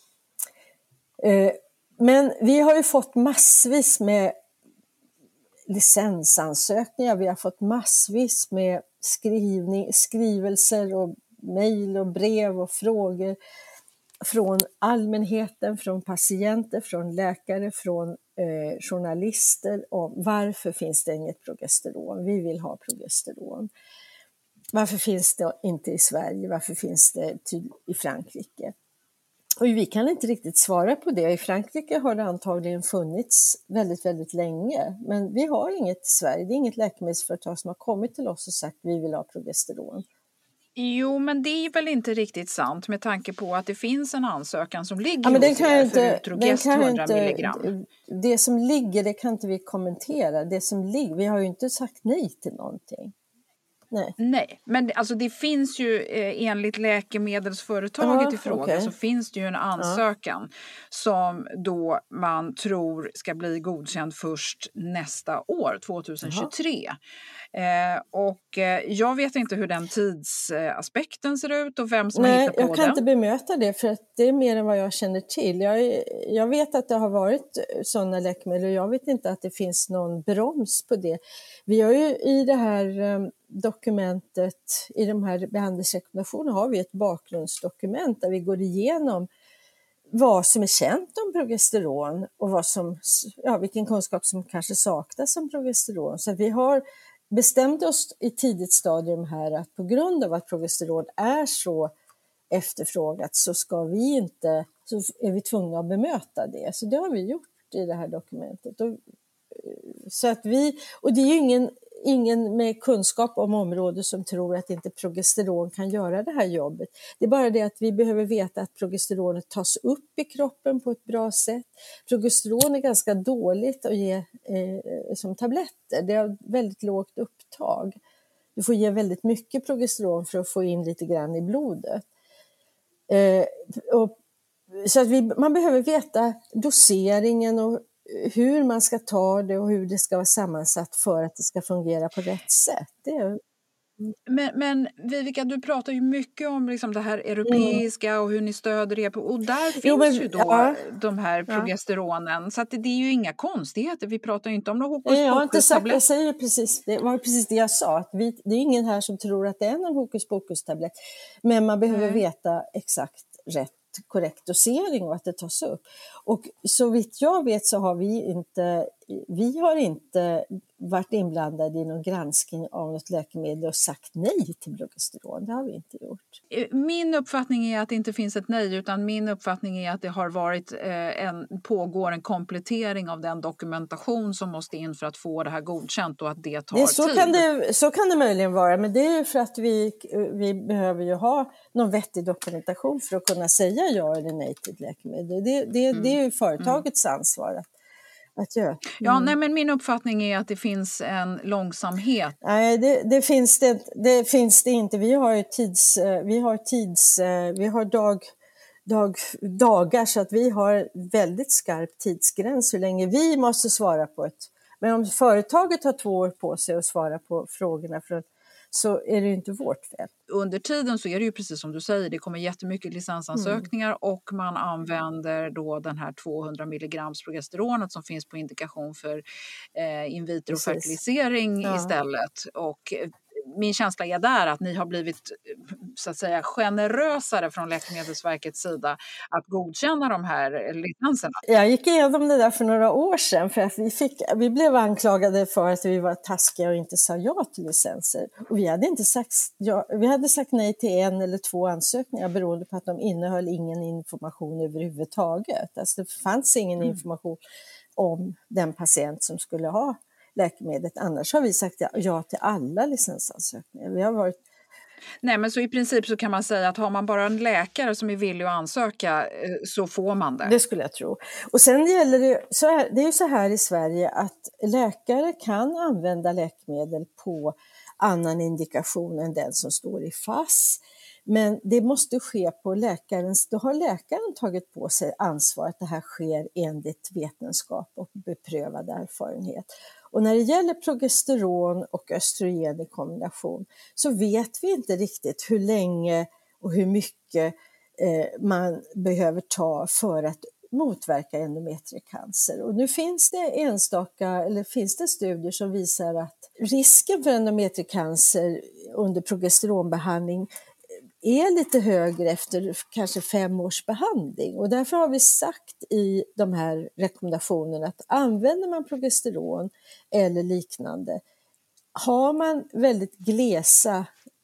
Men vi har ju fått massvis med licensansökningar, vi har fått massvis med skrivning, skrivelser och mejl och brev och frågor från allmänheten, från patienter, från läkare, från eh, journalister om varför finns det inget progesteron, vi vill ha progesteron. Varför finns det inte i Sverige? Varför finns det i Frankrike? Och vi kan inte riktigt svara på det. I Frankrike har det antagligen funnits väldigt, väldigt länge. Men vi har inget i Sverige. Det är inget läkemedelsföretag som har kommit till oss och sagt att vi vill ha progesteron. Jo, men det är väl inte riktigt sant med tanke på att det finns en ansökan som ligger ja, men den hos kan er inte, för Utrogest den kan hundra inte, milligram. Det som ligger, det kan inte vi kommentera. Det som ligger, vi har ju inte sagt nej till någonting. Nej. Nej, men alltså det finns ju eh, enligt läkemedelsföretaget Aha, i fråga okej. så finns det ju en ansökan ja. som då man tror ska bli godkänd först nästa år, tjugohundratjugotre. Eh, och eh, jag vet inte hur den tidsaspekten ser ut och vem som Nej, har hittat på jag kan den. inte bemöta det för att det är mer än vad jag känner till. Jag, jag vet att det har varit sådana läkemedel och jag vet inte att det finns någon broms på det. Vi har ju i det här um, dokumentet, i de här behandlingsrekommendationerna har vi ett bakgrundsdokument där vi går igenom vad som är känt om progesteron och vad som, ja, vilken kunskap som kanske saknas om progesteron. Så vi har bestämt oss i tidigt stadium här att på grund av att progesteron är så efterfrågat så ska vi inte, så är vi tvungna att bemöta det. Så det har vi gjort i det här dokumentet. Och, så att vi, och det är ju ingen, ingen med kunskap om området som tror att inte progesteron kan göra det här jobbet. Det är bara det att vi behöver veta att progesteronet tas upp i kroppen på ett bra sätt. Progesteron är ganska dåligt att ge eh, som tabletter. Det har väldigt lågt upptag. Du får ge väldigt mycket progesteron för att få in lite grann i blodet. Eh, och, så att vi, man behöver veta doseringen och hur man ska ta det och hur det ska vara sammansatt för att det ska fungera på rätt sätt. Det är... Men, men Vivica, du pratar ju mycket om liksom det här europeiska mm. och hur ni stöder det. På, och där finns jo, men, ju då ja. de här progesteronen. Ja. Så att det, det är ju inga konstigheter. Vi pratar ju inte om något hokus pokus. Jag har inte sagt, jag säger precis, det var precis det jag sa. Att vi, det är ingen här som tror att det är någon hokus pokus tablett. Men man behöver mm. veta exakt rätt korrekt dosering och att det tas upp. Och så vitt jag vet så har vi inte, vi har inte varit inblandade i någon granskning av något läkemedel och sagt nej till progesteron. Det har vi inte gjort. Min uppfattning är att det inte finns ett nej, utan min uppfattning är att det har varit en, pågår en komplettering av den dokumentation som måste in för att få det här godkänt och att det tar det, så tid. Kan det, så kan det möjligen vara, men det är för att vi, vi behöver ju ha någon vettig dokumentation för att kunna säga ja eller nej till ett läkemedel. Det, det, mm. det är ju företagets mm. ansvar att Att göra. Mm. Ja, nej, men min uppfattning är att det finns en långsamhet. Nej, det, det, finns, det, det finns det inte. Vi har ju tids, vi har tids, vi har dag, dag, dagar så att vi har väldigt skarp tidsgräns hur länge vi måste svara på ett. Men om företaget har två år på sig att svara på frågorna för, så är det ju inte vårt fel. Under tiden så är det ju precis som du säger, det kommer jättemycket licensansökningar mm. och man använder då den här tvåhundra milligrams progesteronet som finns på indikation för eh, in vitro-fertilisering ja. istället. Och min känsla är där att ni har blivit så att säga generösare från Läkemedelsverkets sida att godkänna de här licenserna. Jag gick igenom det där för några år sedan för att vi, fick, vi blev anklagade för att vi var taskiga och inte sa ja till licenser. Och vi hade, inte sagt, ja, vi hade sagt nej till en eller två ansökningar beroende på att de innehöll ingen information överhuvudtaget. Alltså det fanns ingen mm. information om den patient som skulle ha läkemedlet. Annars har vi sagt ja till alla licensansökningar. Vi har varit... Nej, men så i princip så kan man säga att har man bara en läkare som är villig att ansöka så får man det. Det skulle jag tro. Och sen gäller det, så här, det är ju så här i Sverige att läkare kan använda läkemedel på annan indikation än den som står i F A S. Men det måste ske på läkarens, då har läkaren tagit på sig ansvar att det här sker enligt vetenskap och beprövad erfarenhet. Och när det gäller progesteron och östrogen i kombination så vet vi inte riktigt hur länge och hur mycket eh, man behöver ta för att motverka endometriecancer. Och nu finns det enstaka, eller finns det studier som visar att risken för endometriecancer under progesteronbehandling är lite högre efter kanske fem års behandling. Och därför har vi sagt i de här rekommendationerna att använder man progesteron eller liknande, har man väldigt glesa,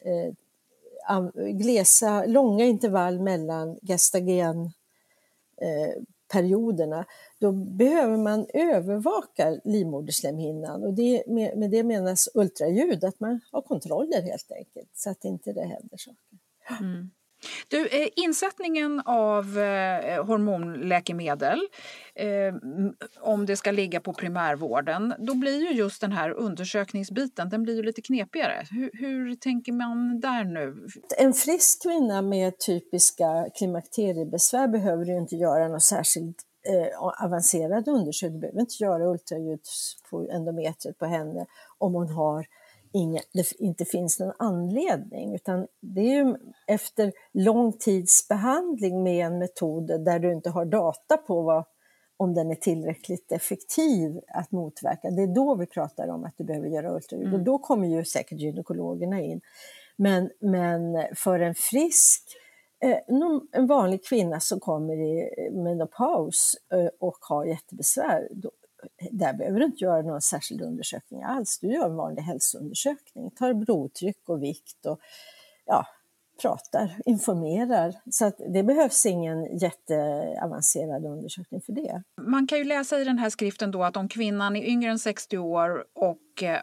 eh, glesa långa intervall mellan gestagen eh, perioderna, då behöver man övervaka livmoderslemhinnan och det, med, med det menas ultraljud, att man har kontroller helt enkelt så att inte det händer saker. Mm. Du, eh, insättningen av eh, hormonläkemedel, eh, om det ska ligga på primärvården, då blir ju just den här undersökningsbiten, den blir ju lite knepigare. Hur, hur tänker man där nu? En frisk kvinna med typiska klimakteriebesvär behöver ju inte göra något särskilt eh, avancerad undersökning. Du behöver inte göra ultraljud på endometriet på henne om hon har Inga, det inte finns någon anledning, utan det är ju efter lång tids behandling med en metod där du inte har data på vad, om den är tillräckligt effektiv att motverka. Det är då vi pratar om att du behöver göra ultraljud mm. och då kommer ju säkert gynekologerna in. Men, men för en frisk, eh, en vanlig kvinna som kommer i menopaus eh, och har jättebesvär, då, där behöver du inte göra någon särskild undersökning alls. Du gör en vanlig hälsoundersökning, tar blodtryck och vikt och ja, pratar, informerar. Så att det behövs ingen jätteavancerad undersökning för det. Man kan ju läsa i den här skriften då att om kvinnan är yngre än sextio år och eh,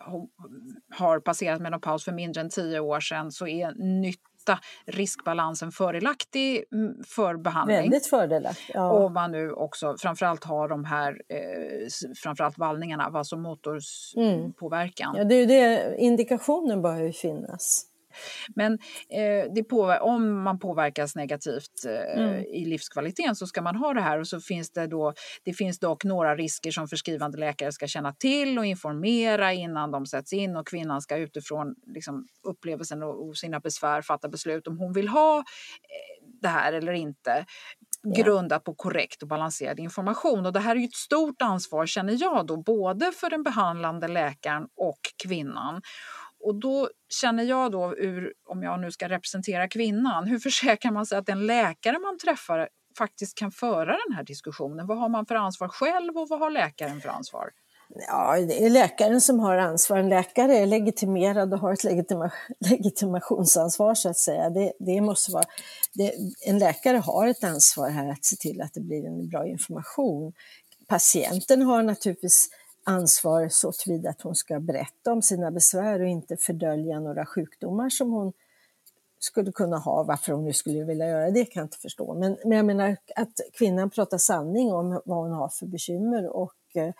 har passerat menopaus för mindre än tio år sedan så är nytt riskbalansen fördelaktig för behandling. Väldigt fördelaktig. Ja. Och man nu också framförallt har de här eh, framförallt vallningarna, vasomotorspåverkan. Mm. Ja, det är ju det, indikationen bör ju finnas. Men eh, det påver- om man påverkas negativt eh, mm. i livskvaliteten så ska man ha det här, och så finns det då, det finns dock några risker som förskrivande läkare ska känna till och informera innan de sätts in, och kvinnan ska utifrån liksom, upplevelsen och, och sina besvär fatta beslut om hon vill ha eh, det här eller inte. Ja. Grundat på korrekt och balanserad information. Och det här är ju ett stort ansvar, känner jag då, både för den behandlande läkaren och kvinnan. Och då känner jag då, ur, om jag nu ska representera kvinnan, hur försäkrar man sig att den läkare man träffar faktiskt kan föra den här diskussionen? Vad har man för ansvar själv och vad har läkaren för ansvar? Ja, det är läkaren som har ansvar. En läkare är legitimerad och har ett legitima- legitimationsansvar så att säga. Det, det måste vara, det, en läkare har ett ansvar här att se till att det blir en bra information. Patienten har naturligtvis ansvar så tillvida att hon ska berätta om sina besvär och inte fördölja några sjukdomar som hon skulle kunna ha. Varför hon nu skulle vilja göra det kan jag inte förstå. Men, men jag menar att kvinnan pratar sanning om vad hon har för bekymmer, och eh,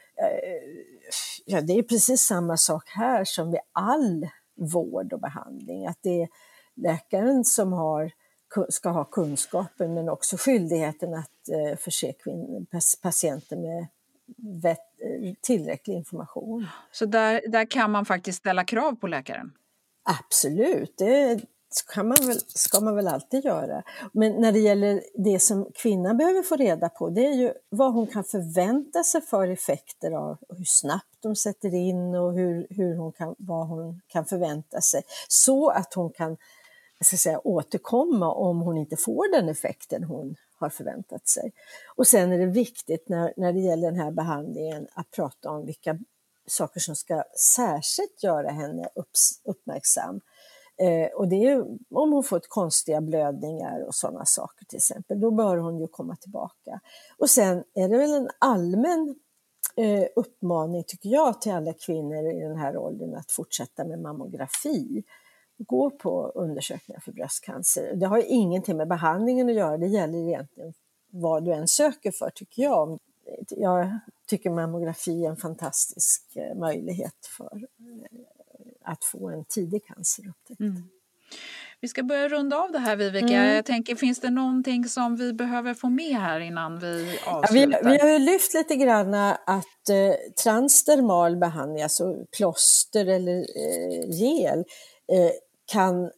ja, det är precis samma sak här som vid all vård och behandling. Att det är läkaren som har, ska ha kunskapen men också skyldigheten att eh, förse kvinn, patienten med vet, tillräcklig information. Så där, där kan man faktiskt ställa krav på läkaren? Absolut, det kan man väl, ska man väl alltid göra. Men när det gäller det som kvinnan behöver få reda på, det är ju vad hon kan förvänta sig för effekter av, och hur snabbt de sätter in och hur, hur hon kan, vad hon kan förvänta sig. Så att hon kan, jag ska säga, återkomma om hon inte får den effekten hon har förväntat sig. Och sen är det viktigt när, när det gäller den här behandlingen att prata om vilka saker som ska särskilt göra henne upp, uppmärksam. Eh, och det är om hon får ett konstiga blödningar och sådana saker till exempel, då bör hon ju komma tillbaka. Och sen är det väl en allmän eh, uppmaning tycker jag till alla kvinnor i den här åldern att fortsätta med mammografi. Gå på undersökningar för bröstcancer. Det har ju ingenting med behandlingen att göra, det gäller egentligen vad du än söker för tycker jag. Jag tycker mammografi är en fantastisk eh, möjlighet för eh, att få en tidig cancerupptäckt. Mm. Vi ska börja runda av det här, Viveka. Mm. Jag tänker, finns det någonting som vi behöver få med här innan vi avslutar? Ja, vi, vi har ju lyft lite grann att eh, transdermal behandling, alltså plåster eller eh, gel, eh, kan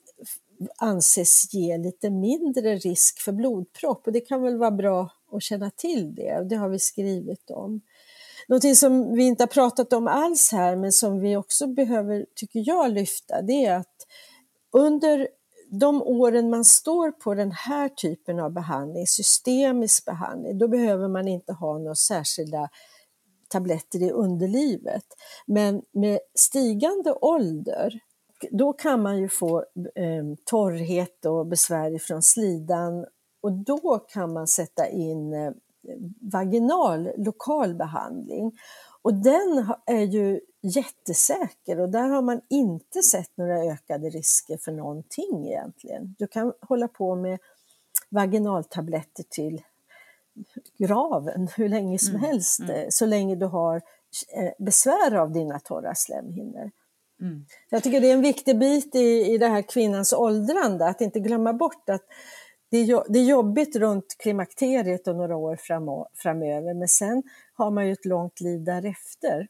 anses ge lite mindre risk för blodpropp. Och det kan väl vara bra att känna till det. Det har vi skrivit om. Någonting som vi inte har pratat om alls här, men som vi också behöver, tycker jag, lyfta, det är att under de åren man står på den här typen av behandling, systemisk behandling, då behöver man inte ha några särskilda tabletter i underlivet. Men med stigande ålder, då kan man ju få eh, torrhet och besvär från slidan, och då kan man sätta in eh, vaginal lokal behandling. Och den är ju jättesäker och där har man inte sett några ökade risker för någonting egentligen. Du kan hålla på med vaginaltabletter till graven hur länge som mm. helst, mm. så länge du har besvär av dina torra slemhinnor. Mm. Jag tycker det är en viktig bit i, i det här kvinnans åldrande, att inte glömma bort att det är, det är jobbigt runt klimakteriet och några år fram, framöver, men sen har man ju ett långt liv därefter.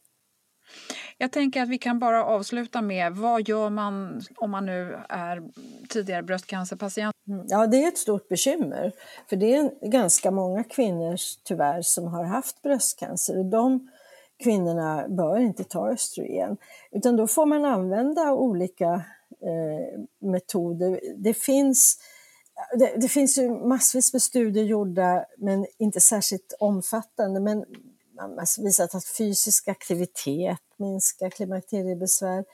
Jag tänker att vi kan bara avsluta med, vad gör man om man nu är tidigare bröstcancerpatient? Ja, det är ett stort bekymmer. För det är ganska många kvinnor tyvärr som har haft bröstcancer. Och de kvinnorna bör inte ta östrogen. Utan då får man använda olika eh, metoder. Det finns, det, det finns ju massvis med studier gjorda, men inte särskilt omfattande. Men man har visat att fysisk aktivitet minskar klimakteriebesvär.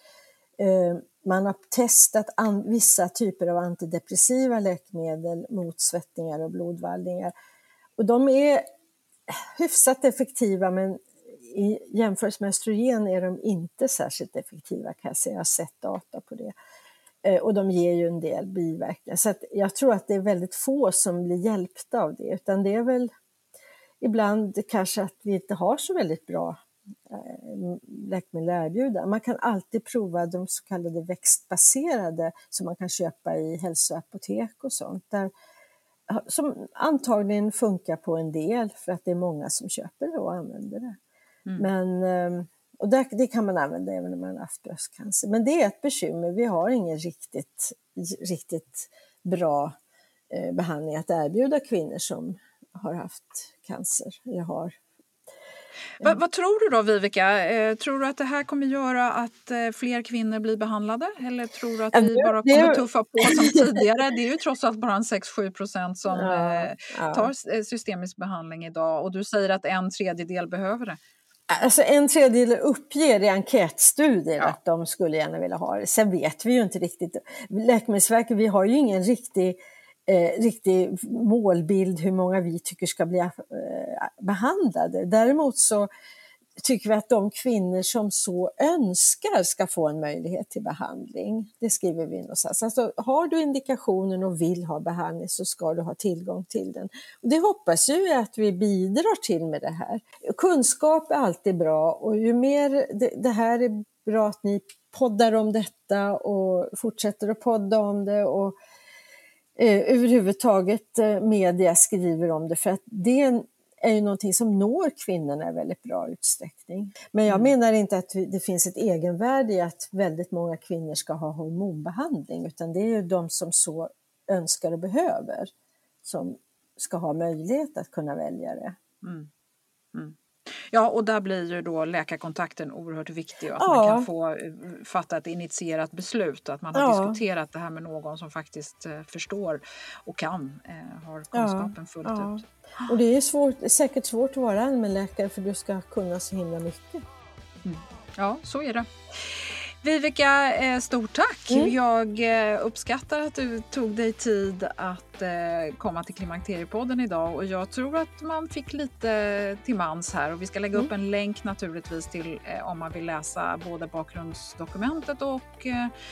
Man har testat vissa typer av antidepressiva läkemedel mot svettningar och blodvallningar. Och de är hyfsat effektiva, men i jämförelse med östrogen är de inte särskilt effektiva, kan jag säga. Jag har sett data på det. Och de ger ju en del biverkningar. Så att jag tror att det är väldigt få som blir hjälpta av det. Utan det är väl ibland kanske att vi inte har så väldigt bra läkemedel att erbjuda. Man kan alltid prova de så kallade växtbaserade som man kan köpa i hälsoapotek och sånt. Där, som antagligen funkar på en del för att det är många som köper det och använder det. Mm. Men, och där, det kan man använda även om man har haft bröstcancer. Men det är ett bekymmer. Vi har ingen riktigt, riktigt bra eh, behandling att erbjuda kvinnor som har haft cancer eller har. Va, vad tror du då, Vivica? Eh, tror du att det här kommer göra att eh, fler kvinnor blir behandlade? Eller tror du att vi det, bara kommer det, tuffa på som tidigare? Det är ju trots allt bara en sex till sju procent som ja, eh, ja. tar systemisk behandling idag. Och du säger att en tredjedel behöver det. Alltså en tredjedel uppger i enkätstudier ja. att de skulle gärna vilja ha det. Sen vet vi ju inte riktigt. Läkemedelsverket, vi har ju ingen riktig Eh, riktig målbild hur många vi tycker ska bli eh, behandlade. Däremot så tycker vi att de kvinnor som så önskar ska få en möjlighet till behandling. Det skriver vi någonstans. Alltså, har du indikationen och vill ha behandling så ska du ha tillgång till den. Och det hoppas ju att vi bidrar till med det här. Kunskap är alltid bra och ju mer det, det här är bra att ni poddar om detta och fortsätter att podda om det och Eh, överhuvudtaget eh, media skriver om det, för att det är ju någonting som når kvinnorna i väldigt bra utsträckning. Men jag mm. menar inte att det finns ett egenvärde i att väldigt många kvinnor ska ha hormonbehandling, utan det är ju de som så önskar och behöver som ska ha möjlighet att kunna välja det. Mm. Mm. Ja, och där blir ju då läkarkontakten oerhört viktig och att ja. man kan få fatta ett initierat beslut, att man har ja. diskuterat det här med någon som faktiskt eh, förstår och kan, eh, har kunskapen ja. fullt ja. ut. Och det är svårt, säkert svårt att vara allmänläkare för du ska kunna så himla mycket. Mm. Ja, så är det. Vivica, stort tack. Mm. Jag uppskattar att du tog dig tid att komma till Klimakteriepodden idag och jag tror att man fick lite till mans här och vi ska lägga mm. upp en länk naturligtvis till om man vill läsa både bakgrundsdokumentet och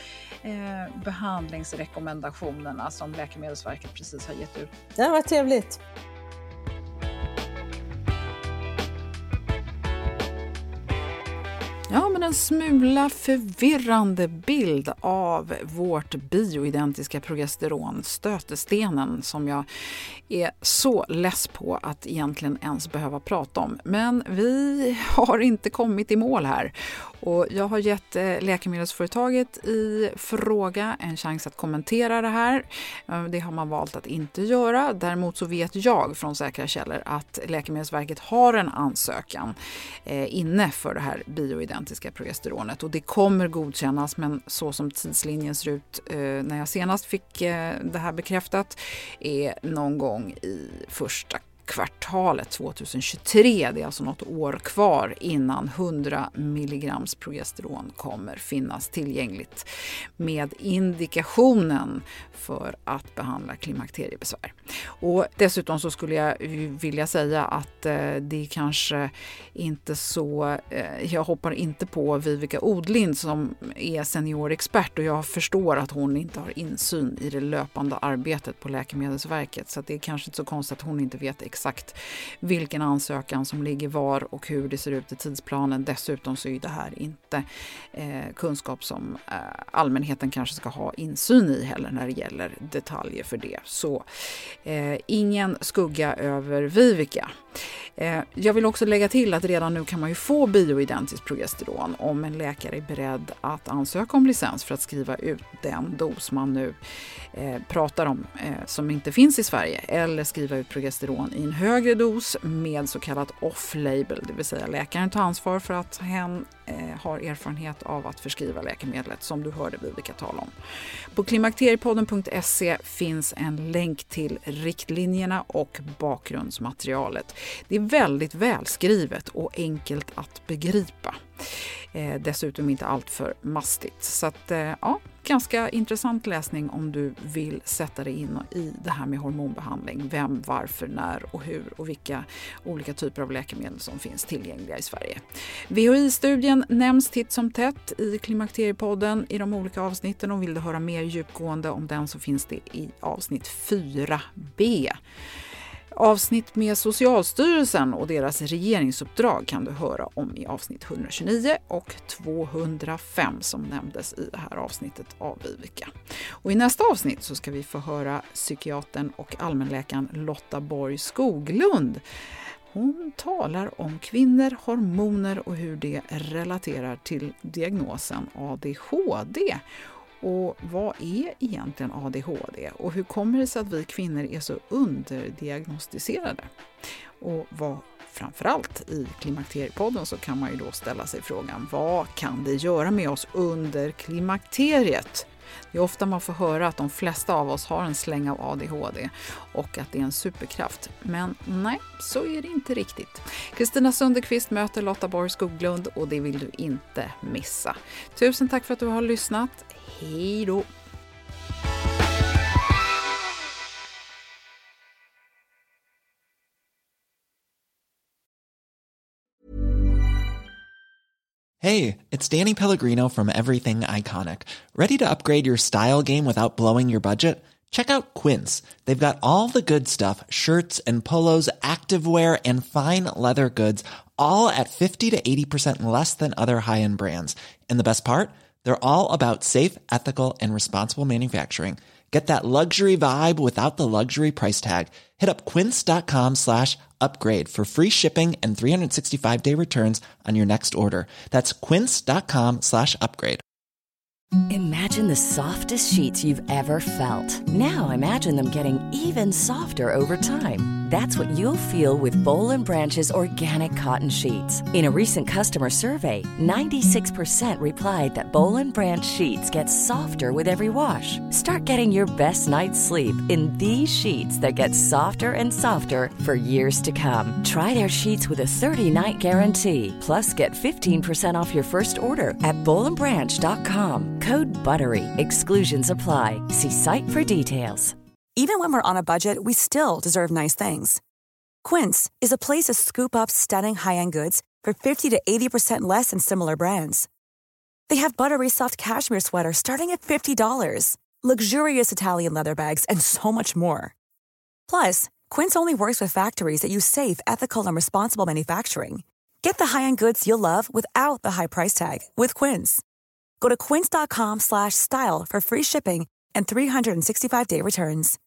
eh, behandlingsrekommendationerna som Läkemedelsverket precis har gett ut. Det var trevligt. Ja, men en smula förvirrande bild av vårt bioidentiska progesteron, stötestenen, som jag är så less på att egentligen ens behöva prata om. Men vi har inte kommit i mål här. Och jag har gett läkemedelsföretaget i fråga en chans att kommentera det här. Det har man valt att inte göra. Däremot så vet jag från säkra källor att Läkemedelsverket har en ansökan inne för det här bioidentiska progesteronet. Och det kommer godkännas, men så som tidslinjen ser ut när jag senast fick det här bekräftat är någon gång i första kvartalet tjugohundratjugotre. Det är alltså något år kvar innan hundra milligrams progesteron kommer finnas tillgängligt med indikationen för att behandla klimakteriebesvär. Och dessutom så skulle jag vilja säga att eh, det kanske inte så, eh, jag hoppar inte på Vivica Odlind som är seniorexpert och jag förstår att hon inte har insyn i det löpande arbetet på Läkemedelsverket, så att det är kanske inte så konstigt att hon inte vet exakt vilken ansökan som ligger var och hur det ser ut i tidsplanen. Dessutom så är det här inte eh, kunskap som eh, allmänheten kanske ska ha insyn i heller när det gäller detaljer för det. Så eh, ingen skugga över Vivica. Eh, jag vill också lägga till att redan nu kan man ju få bioidentiskt progesteron om en läkare är beredd att ansöka om licens för att skriva ut den dos man nu eh, pratar om eh, som inte finns i Sverige, eller skriva ut progesteron i en högre dos med så kallat off-label, det vill säga läkaren tar ansvar för att hen eh, har erfarenhet av att förskriva läkemedlet som du hörde Vivica tala om. På klimakteriepodden punkt se finns en länk till riktlinjerna och bakgrundsmaterialet. Det är väldigt välskrivet och enkelt att begripa. Eh, dessutom inte allt för mastigt. Så att, eh, ja, ganska intressant läsning om du vill sätta dig in i det här med hormonbehandling. Vem, varför, när och hur och vilka olika typer av läkemedel som finns tillgängliga i Sverige. V H I-studien nämns titt som tätt i Klimakteriepodden i de olika avsnitten, och vill du höra mer djupgående om den så finns det i avsnitt fyra B. Avsnitt med Socialstyrelsen och deras regeringsuppdrag kan du höra om i avsnitt etthundratjugonio och tvåhundrafem som nämndes i det här avsnittet av Vivica. Och i nästa avsnitt så ska vi få höra psykiatern och allmänläkaren Lotta Borg Skoglund. Hon talar om kvinnor, hormoner och hur det relaterar till diagnosen A D H D. Och vad är egentligen A D H D och hur kommer det sig att vi kvinnor är så underdiagnostiserade? Och vad framförallt i Klimakteriepodden så kan man ju då ställa sig frågan, vad kan det göra med oss under klimakteriet? Det är ofta man får höra att de flesta av oss har en släng av A D H D och att det är en superkraft. Men nej, så är det inte riktigt. Kristina Sunderqvist möter Lotta Borg Skoglund och det vill du inte missa. Tusen tack för att du har lyssnat. Hej då! Hey, it's Danny Pellegrino from Everything Iconic. Ready to upgrade your style game without blowing your budget? Check out Quince. They've got all the good stuff, shirts and polos, activewear, and fine leather goods, all at fifty to eighty percent less than other high-end brands. And the best part? They're all about safe, ethical, and responsible manufacturing. Get that luxury vibe without the luxury price tag. Hit up quince.com slash upgrade for free shipping and three sixty-five day returns on your next order. That's quince.com slash upgrade. Imagine the softest sheets you've ever felt. Now imagine them getting even softer over time. That's what you'll feel with Boll and Branch's organic cotton sheets. In a recent customer survey, ninety-six percent replied that Boll and Branch sheets get softer with every wash. Start getting your best night's sleep in these sheets that get softer and softer for years to come. Try their sheets with a thirty night guarantee. Plus, get fifteen percent off your first order at boll and branch dot com. Code BUTTERY. Exclusions apply. See site for details. Even when we're on a budget, we still deserve nice things. Quince is a place to scoop up stunning high-end goods for fifty to eighty percent less than similar brands. They have buttery soft cashmere sweaters starting at fifty dollars, luxurious Italian leather bags, and so much more. Plus, Quince only works with factories that use safe, ethical, and responsible manufacturing. Get the high-end goods you'll love without the high price tag with Quince. Go to quince.com slash style for free shipping and three sixty-five day returns.